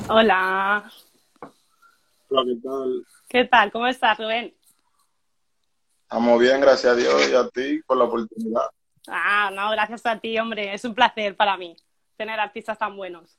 Hola, Hola, ¿qué tal? ¿qué tal? ¿Cómo estás, Rubén? Estamos bien, gracias a Dios y a ti por la oportunidad. Ah, no, gracias a ti, hombre. Es un placer para mí tener artistas tan buenos.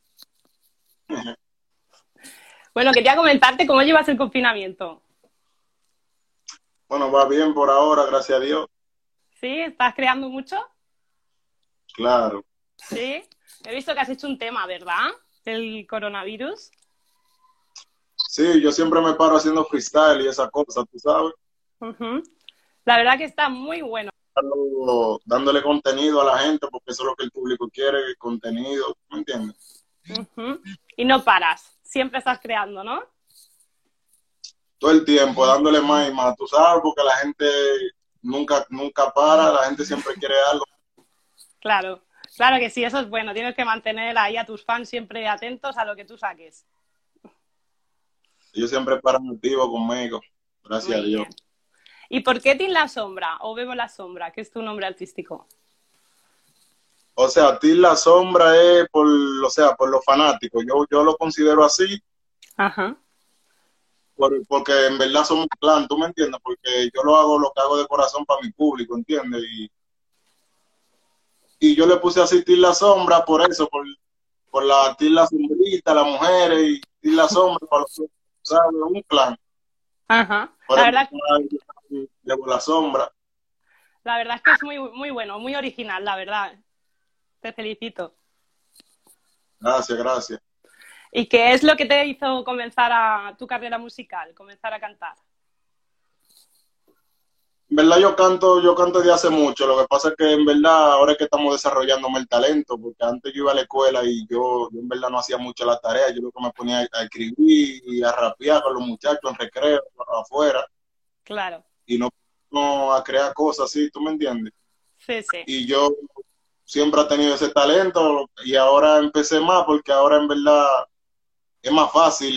Bueno, quería comentarte cómo llevas el confinamiento. Bueno, va bien por ahora, gracias a Dios. ¿Sí? ¿Estás creando mucho? Claro. Sí. He visto que has hecho un tema, ¿verdad? Del coronavirus. Sí, yo siempre me paro haciendo freestyle y esa cosa, tú sabes, Ujú. La verdad que está muy bueno. dándole contenido a la gente porque eso es lo que el público quiere, contenido, ¿me entiendes? Ujú. Y no paras. Siempre estás creando, ¿no? Todo el tiempo dándole más y más, tú sabes, porque la gente nunca para, la gente siempre quiere algo. Claro. Claro que sí, eso es bueno. Tienes que mantener ahí a tus fans siempre atentos a lo que tú saques. Ellos siempre paran activo conmigo, gracias a Muy Dios. bien. ¿Y por qué Tin La Sombra o Bebo La Sombra, que es tu nombre artístico? O sea, a ti la sombra es por los fanáticos, yo lo considero así Ajá. porque en verdad somos un clan, ¿tú me entiendes? Porque yo lo hago, lo que hago de corazón para mi público, ¿entiendes? Y yo le puse a asistir la sombra por eso, por la la sombrita, las mujeres y la sombra, para los, ¿sabes? Un clan. Ajá. Por eso llevo la sombra. La verdad es que es muy, muy bueno, muy original, la verdad. Te felicito. Gracias, gracias. ¿Y qué es lo que te hizo comenzar a tu carrera musical, comenzar a cantar? En verdad yo canto desde hace mucho, lo que pasa es que en verdad ahora es que estamos desarrollándome el talento, porque antes yo iba a la escuela y yo en verdad no hacía mucho las tareas, yo lo que me ponía a escribir y a rapear con los muchachos en recreo, afuera, Claro. y no a crear cosas así, ¿tú me entiendes? Sí, sí. Y yo siempre he tenido ese talento y ahora empecé más porque ahora en verdad es más fácil,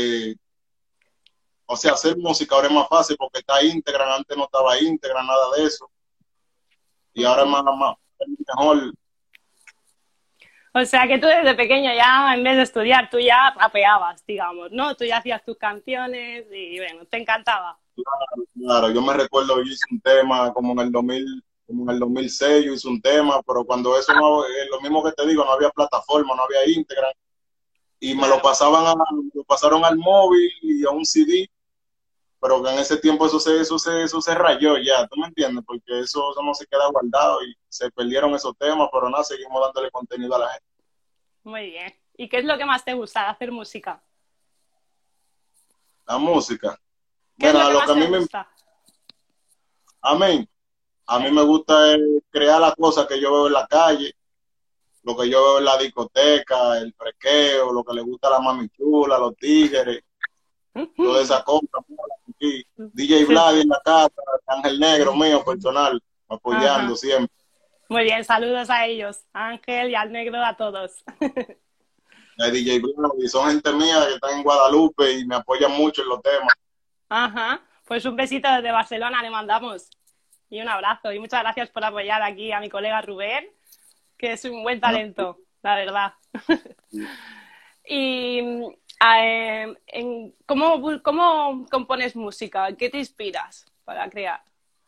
o sea, hacer música ahora es más fácil porque está íntegra, antes no estaba íntegra, nada de eso, y ahora es Ujú. es mejor. O sea que tú desde pequeño ya, en vez de estudiar, tú ya rapeabas, digamos, ¿no? Tú ya hacías tus canciones y, bueno, te encantaba. Claro, yo me recuerdo, yo hice un tema como en el 2000, como en el 2006, yo hice un tema, pero cuando eso no, lo mismo que te digo, no había plataforma, no había Instagram, y me Claro. lo pasaron al móvil y a un CD, pero que en ese tiempo eso se rayó ya, ¿tú me entiendes? Porque eso no se queda guardado y se perdieron esos temas, pero nada, seguimos dándole contenido a la gente. Muy bien. ¿Y qué es lo que más te gusta de hacer música? La música, ¿Qué es lo mira, que lo que más te gusta? a mí, a mí Sí. me gusta crear las cosas que yo veo en la calle, lo que yo veo en la discoteca, el frequeo, lo que le gusta a la mami chula, los tigres, todas esas cosas. Aquí, DJ Sí, Vlad sí. en la casa, Ángel Negro mío, personal, apoyando Ajá. siempre. Muy bien, saludos a ellos, a Ángel y al negro, a todos. El DJ Vlad, y son gente mía que están en Guadalupe y me apoyan mucho en los temas. Ajá. Pues un besito desde Barcelona le mandamos y un abrazo. Y muchas gracias por apoyar aquí a mi colega Rubén, que es un buen ¿No? talento, la verdad. Y ¿cómo compones música? ¿Qué te inspiras para crear?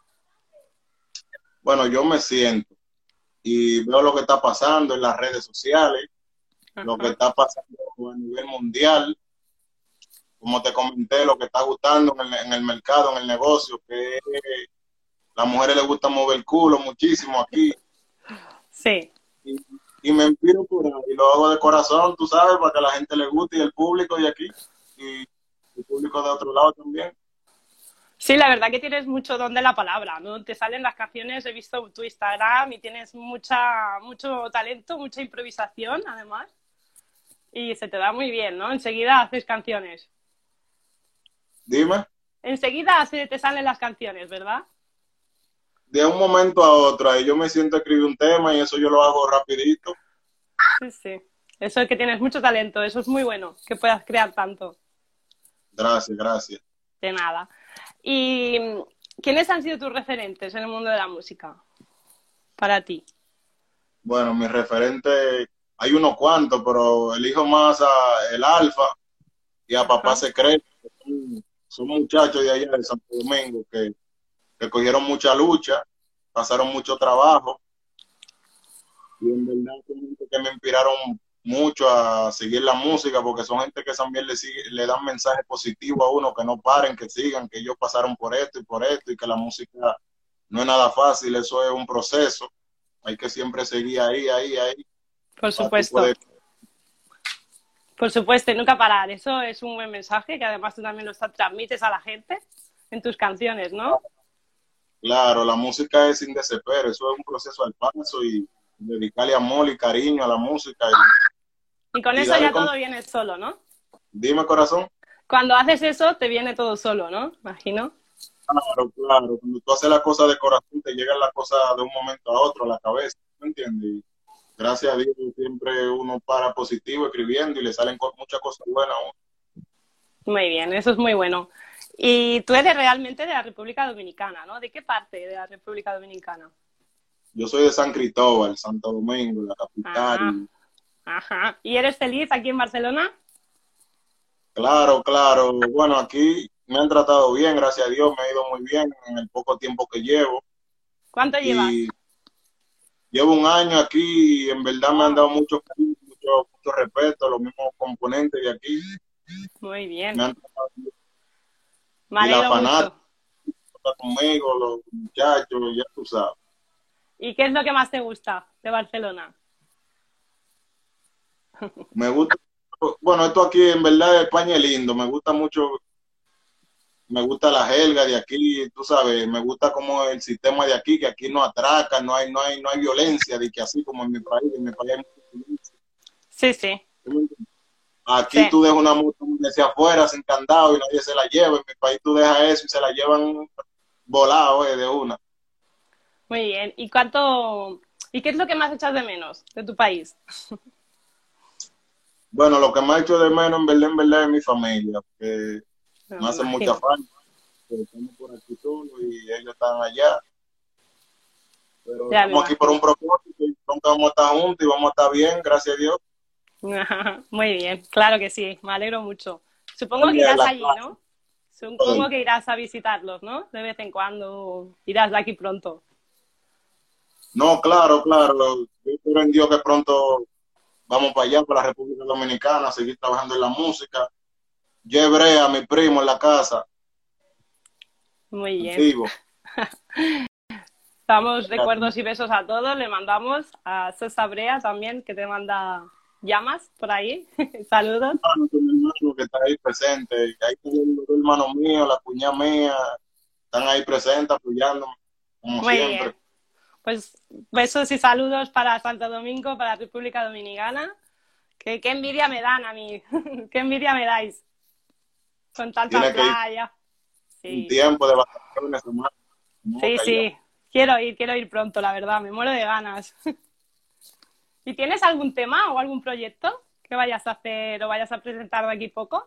Bueno, yo me siento y veo lo que está pasando en las redes sociales, lo que Ajá. está pasando a nivel mundial, como te comenté, lo que está gustando en el mercado, en el negocio, que a las mujeres les gusta mover el culo muchísimo aquí. Sí. Y, y me inspiro por ahí, y lo hago de corazón, tú sabes, para que a la gente le guste y el público de aquí y el público de otro lado también. Sí, la verdad que tienes mucho don de la palabra, ¿no? Te salen las canciones, he visto tu Instagram y tienes mucho talento, mucha improvisación, además. Y se te da muy bien, ¿no? Enseguida haces canciones. Dime, Enseguida te salen las canciones, ¿verdad? de un momento a otro, ahí yo me siento a escribir un tema y eso yo lo hago rapidito. Sí, sí. Eso es que tienes mucho talento, eso es muy bueno, que puedas crear tanto. Gracias, gracias. De nada. ¿Y quiénes han sido tus referentes en el mundo de la música para ti? Bueno, mi referente hay unos cuantos, pero elijo más a el Alfa y a Papá Ajá. Secreto. Son muchachos de allá de Santo Domingo que cogieron mucha lucha, pasaron mucho trabajo y en verdad son gente que me inspiraron mucho a seguir la música porque son gente que también le dan mensajes positivos a uno, que no paren, que sigan, que ellos pasaron por esto y que la música no es nada fácil, eso es un proceso, hay que siempre seguir ahí, Por para tú supuesto. poder. Por supuesto, y nunca parar. Eso es un buen mensaje que además tú también lo transmites a la gente en tus canciones, ¿no? Claro, la música es sin desespero, eso es un proceso al paso y dedicarle amor y cariño a la música Y con y eso darle ya con... todo viene solo, ¿no? Dime, corazón. Cuando haces eso, te viene todo solo, ¿no? Imagino. Claro, claro, cuando tú haces las cosas de corazón te llegan las cosas de un momento a otro a la cabeza, ¿me entiendes? Y gracias a Dios siempre uno para positivo escribiendo y le salen muchas cosas buenas a uno. Muy bien, eso es muy bueno. Y tú eres realmente de la República Dominicana, ¿no? ¿De qué parte de la República Dominicana? Yo soy de San Cristóbal, Santo Domingo, la capital. Ah, ajá. ¿Y eres feliz aquí en Barcelona? Claro, claro. Bueno, aquí me han tratado bien, gracias a Dios, me ha ido muy bien en el poco tiempo que llevo. ¿Cuánto llevas? Y llevo un año aquí y en verdad me han dado Oh, mucho cariño, mucho respeto, los mismos componentes de aquí. muy Me bien. han tratado bien. Me Y la alegro fanática mucho. está conmigo, los muchachos, ya tú sabes. ¿Y qué es lo que más te gusta de Barcelona? Me gusta, bueno, esto aquí en verdad España es lindo, me gusta mucho, me gusta la jerga de aquí, tú sabes, me gusta como el sistema de aquí, que aquí no atracan, no hay violencia, de que así como en mi país hay mucha violencia. Sí, sí, Aquí sí. tú dejas una moto hacia afuera sin candado y nadie se la lleva, en mi país tú dejas eso y se la llevan volado, de una. Muy bien. ¿Y qué es lo que más echas de menos de tu país? Bueno, lo que me ha hecho de menos en verdad es mi familia, que No, me me hacen mucha imagino. falta, que estamos por aquí solos y ellos están allá. Pero Ya me estamos aquí por un imagino. propósito y pronto vamos a estar juntos y vamos a estar bien, gracias a Dios. Muy bien, claro que sí, me alegro mucho. Supongo que Familia de irás la allí, casa. ¿no? Supongo que irás a visitarlos, ¿no? De vez en cuando irás de aquí pronto. No, claro, claro. Yo espero en Dios que pronto vamos para allá, para la República Dominicana, a seguir trabajando en la música. Llevaré a mi primo en la casa, Muy bien. activo. Damos recuerdos y besos a todos. Le mandamos a Sosa Brea también, que te manda llamas por ahí. Saludos. Mi hermano que está ahí presente, ahí está el hermano mío, la cuñada mía, están ahí presentes apoyándome, como Muy siempre. bien. Pues besos y saludos para Santo Domingo, para la República Dominicana. Qué envidia me dan a mí. Qué envidia me dais. Con tanta Tiene que ir playa. un Sí, tiempo de vacaciones, hermano, sí, allá. sí. Quiero ir pronto, la verdad. Me muero de ganas. ¿Y tienes algún tema o algún proyecto que vayas a hacer o vayas a presentar de aquí poco?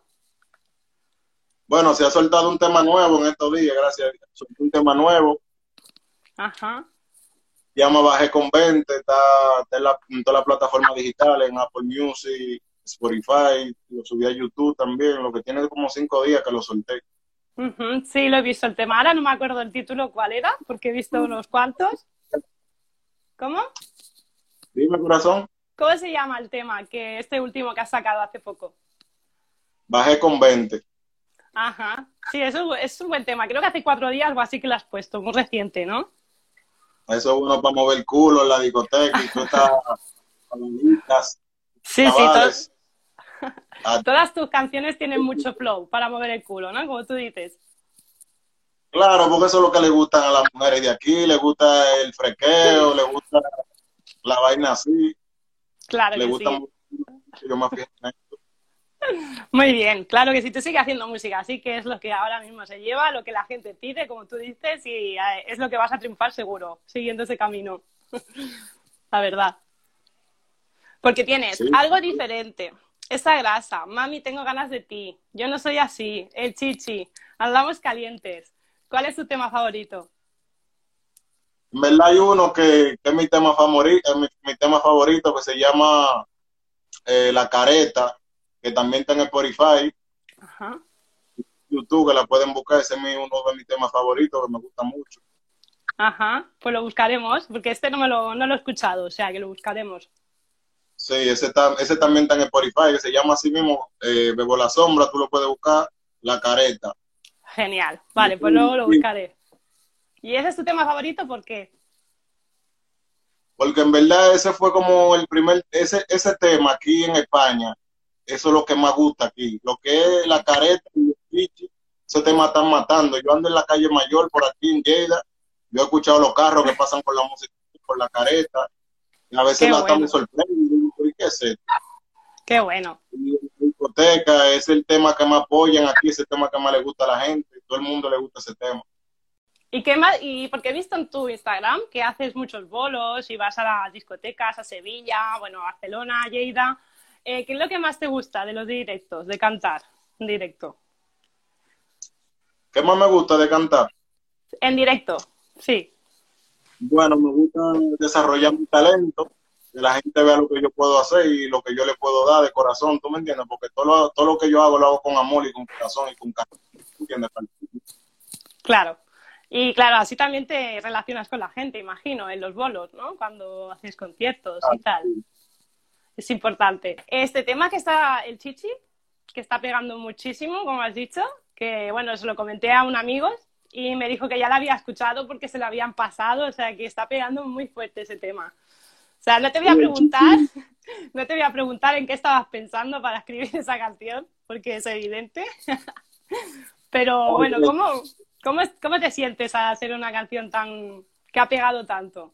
Bueno, se ha soltado un tema nuevo en estos días, gracias a Dios. Soltó un tema nuevo, Ajá. ya me bajé con 20, está en todas las plataformas digitales, en Apple Music, Spotify, lo subí a YouTube también, lo que tiene como 5 días que lo solté. Sí, lo he visto el tema. Ahora no me acuerdo el título cuál era, porque he visto unos cuantos. ¿Cómo? Dime, corazón, ¿Cómo se llama el tema? Que este último que has sacado hace poco. bajé con 20. Ajá. Sí, es un buen tema. Creo que hace 4 días o así que lo has puesto, muy reciente, ¿no? Eso es bueno para mover el culo en la discoteca y todas estas palomitas, Sí, sí, chavales. todas tus canciones tienen mucho flow para mover el culo, ¿no? Como tú dices. Claro, porque eso es lo que le gustan a las mujeres de aquí, le gusta el frequeo, le gusta la vaina así, Claro le que gusta sí. mucho, yo más fijo en esto. Muy bien, claro que sí, tú sigues haciendo música, así que es lo que ahora mismo se lleva, lo que la gente pide, como tú dices, y es lo que vas a triunfar seguro, siguiendo ese camino, la verdad. Porque tienes Sí. algo diferente, esa grasa, mami, tengo ganas de ti, yo no soy así, el chichi, andamos calientes. ¿Cuál es tu tema favorito? En verdad hay uno que es mi tema favorito, mi tema favorito que se llama La Careta, que también está en Spotify, Ajá. YouTube, que la pueden buscar, ese es uno de mis temas favoritos, que me gusta mucho. Ajá, pues lo buscaremos, porque este no lo he escuchado, o sea que lo buscaremos. Sí, ese también está en Spotify, que se llama así mismo, Bebo la Sombra, tú lo puedes buscar, La Careta. Genial, vale, pues luego lo buscaré. ¿Y ese es tu tema favorito? ¿Por qué? Porque en verdad ese fue como el ese tema aquí en España, eso es lo que más gusta aquí. Lo que es La Careta y el Pichi, ese tema están matando. Yo ando en la calle Mayor por aquí en Lleida, yo he escuchado los carros que pasan por la música, por La Careta, y a veces Qué la estamos bueno, sorprendiendo. Y digo, ¿pero ¿y qué es esto? qué bueno. Y en la discoteca es el tema que más apoyan aquí, es el tema que más le gusta a la gente, todo el mundo le gusta ese tema. ¿Y qué más? Y porque he visto en tu Instagram que haces muchos bolos y vas a las discotecas, a Sevilla, bueno, a Barcelona, a Lleida. ¿Qué es lo que más te gusta de los directos, de cantar en directo? ¿Qué más me gusta de cantar? En directo, sí. Bueno, me gusta desarrollar mi talento, que la gente vea lo que yo puedo hacer y lo que yo le puedo dar de corazón, ¿tú me entiendes? Porque todo lo que yo hago lo hago con amor y con corazón y con cariño, ¿tú entiendes? Claro. Y claro, así también te relacionas con la gente, imagino, en los bolos, ¿no? Cuando haces conciertos y tal. Es importante. Este tema que está el Chichi, que está pegando muchísimo, como has dicho, que bueno, se lo comenté a un amigo y me dijo que ya lo había escuchado porque se lo habían pasado, o sea, que está pegando muy fuerte ese tema. O sea, no te voy a preguntar, no te voy a preguntar en qué estabas pensando para escribir esa canción, porque es evidente. Pero bueno, ¿cómo te sientes a hacer una canción tan que ha pegado tanto?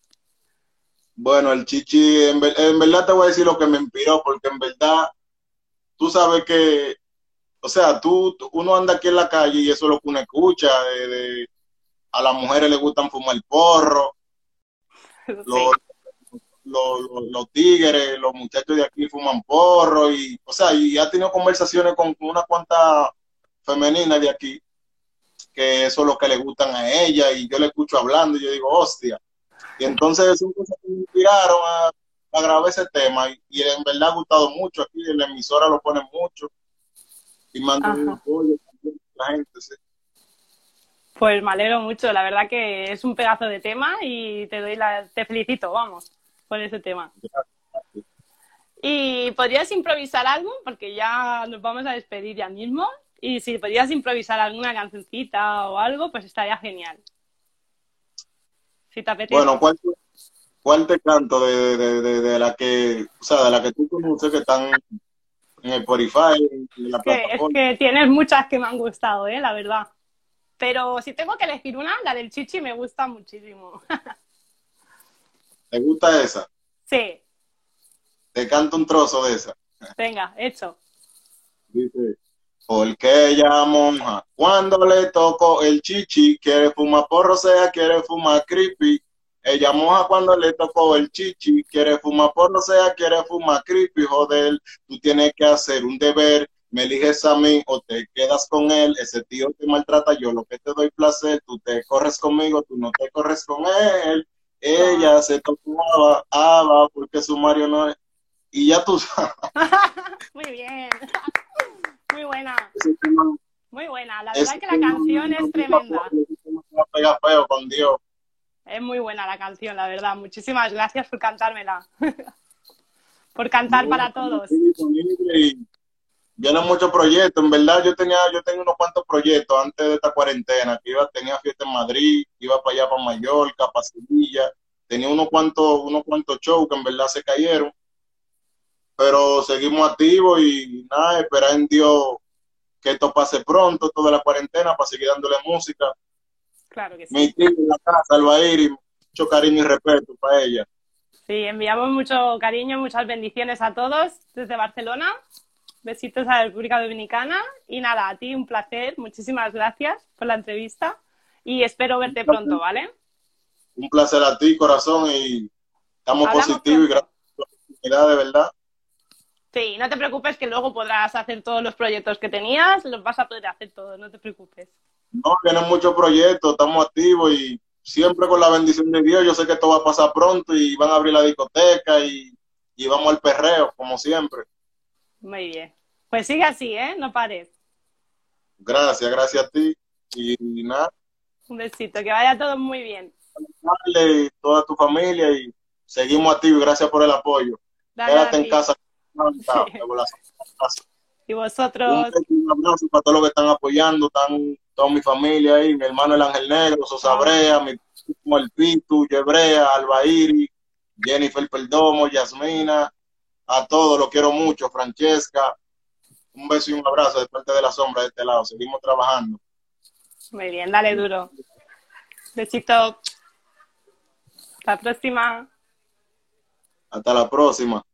Bueno, el Chichi, en verdad te voy a decir lo que me inspiró, porque en verdad, tú sabes que, o sea, uno anda aquí en la calle y eso es lo que uno escucha, a las mujeres les gustan fumar porro, Sí, los, los tigres, los muchachos de aquí fuman porro, y, o sea, y ha tenido conversaciones con unas cuantas femeninas de aquí, que eso es lo que le gustan a ella, y yo le escucho hablando, y yo digo, hostia. Y entonces son cosas que me inspiraron a grabar ese tema, y en verdad ha gustado mucho aquí, en la emisora lo ponen mucho, y mandan un ajá. apoyo también a la gente, sí. Pues me alegro mucho, la verdad que es un pedazo de tema y te felicito, vamos, por ese tema. ¿Y podrías improvisar algo? Porque ya nos vamos a despedir ya mismo. Y si podrías improvisar alguna cancioncita o algo, pues estaría genial. Si te Bueno, apetece. ¿cuál te canto de la que, o sea, de la que tú conoces que están en el Spotify, en la Es plataforma? que tienes muchas que me han gustado, la verdad. Pero si tengo que elegir una, la del Chichi me gusta muchísimo. ¿Te gusta esa? Sí, Te canto un trozo de esa. venga, hecho. Dice, porque ella monja, cuando le tocó el chichi, quiere fumar porro, sea, quiere fumar creepy. Ella moja cuando le tocó el chichi, quiere fumar porro, sea, quiere fumar creepy. Joder, tú tienes que hacer un deber, me eliges a mí o te quedas con él. Ese tío te maltrata, yo lo que te doy placer, tú te corres conmigo, tú no te corres con él. Ah. Ella se tocó Ava, porque su Mario no es. Y ya tú sabes. Muy bien. Muy buena. Ese tema, Muy buena. La verdad ese que la tema canción es tremenda. me pega feo con Dios. Es muy buena la canción, la verdad. Muchísimas gracias por cantármela. Por cantar para todos. Y vienen muchos proyectos. En verdad, yo tengo unos cuantos proyectos antes de esta cuarentena. Que tenía fiesta en Madrid, iba para allá, para Mallorca, para Sevilla. Tenía unos cuantos shows que en verdad se cayeron. Pero seguimos activos y nada, esperar en Dios que esto pase pronto, toda la cuarentena, para seguir dándole música. Claro que Mi sí. tía en la casa, Albairi, mucho cariño y respeto para ella. Sí, enviamos mucho cariño, muchas bendiciones a todos desde Barcelona. Besitos a la República Dominicana. Y nada, a ti un placer. Muchísimas gracias por la entrevista. Y espero verte pronto, ¿vale? Un placer a ti, corazón, y estamos Hablamos positivos y pronto. gracias por la oportunidad, de verdad. Sí, no te preocupes que luego podrás hacer todos los proyectos que tenías. Los vas a poder hacer todos, no te preocupes. No, vienen muchos proyectos, estamos activos y siempre con la bendición de Dios. Yo sé que esto va a pasar pronto y van a abrir la discoteca y y vamos al perreo, como siempre. Muy bien. Pues sigue así, ¿eh? No pares. Gracias a ti. Y nada, Un besito, que vaya todo muy bien. dale y toda tu familia y seguimos activos. Gracias por el apoyo. Gracias a Quédate en ti. casa. Sí. Y Un vosotros, beso y un abrazo para todos los que están apoyando, están toda mi familia ahí, mi hermano el Ángel Negro, Sosa ah, Brea, mi primo el Pitu, Yebrea, Albairi, Jennifer Perdomo, Yasmina, a todos los quiero mucho, Francesca, un beso y un abrazo de parte de la sombra de este lado, seguimos trabajando. muy bien, dale duro. Besito. Hasta la próxima. Hasta la próxima.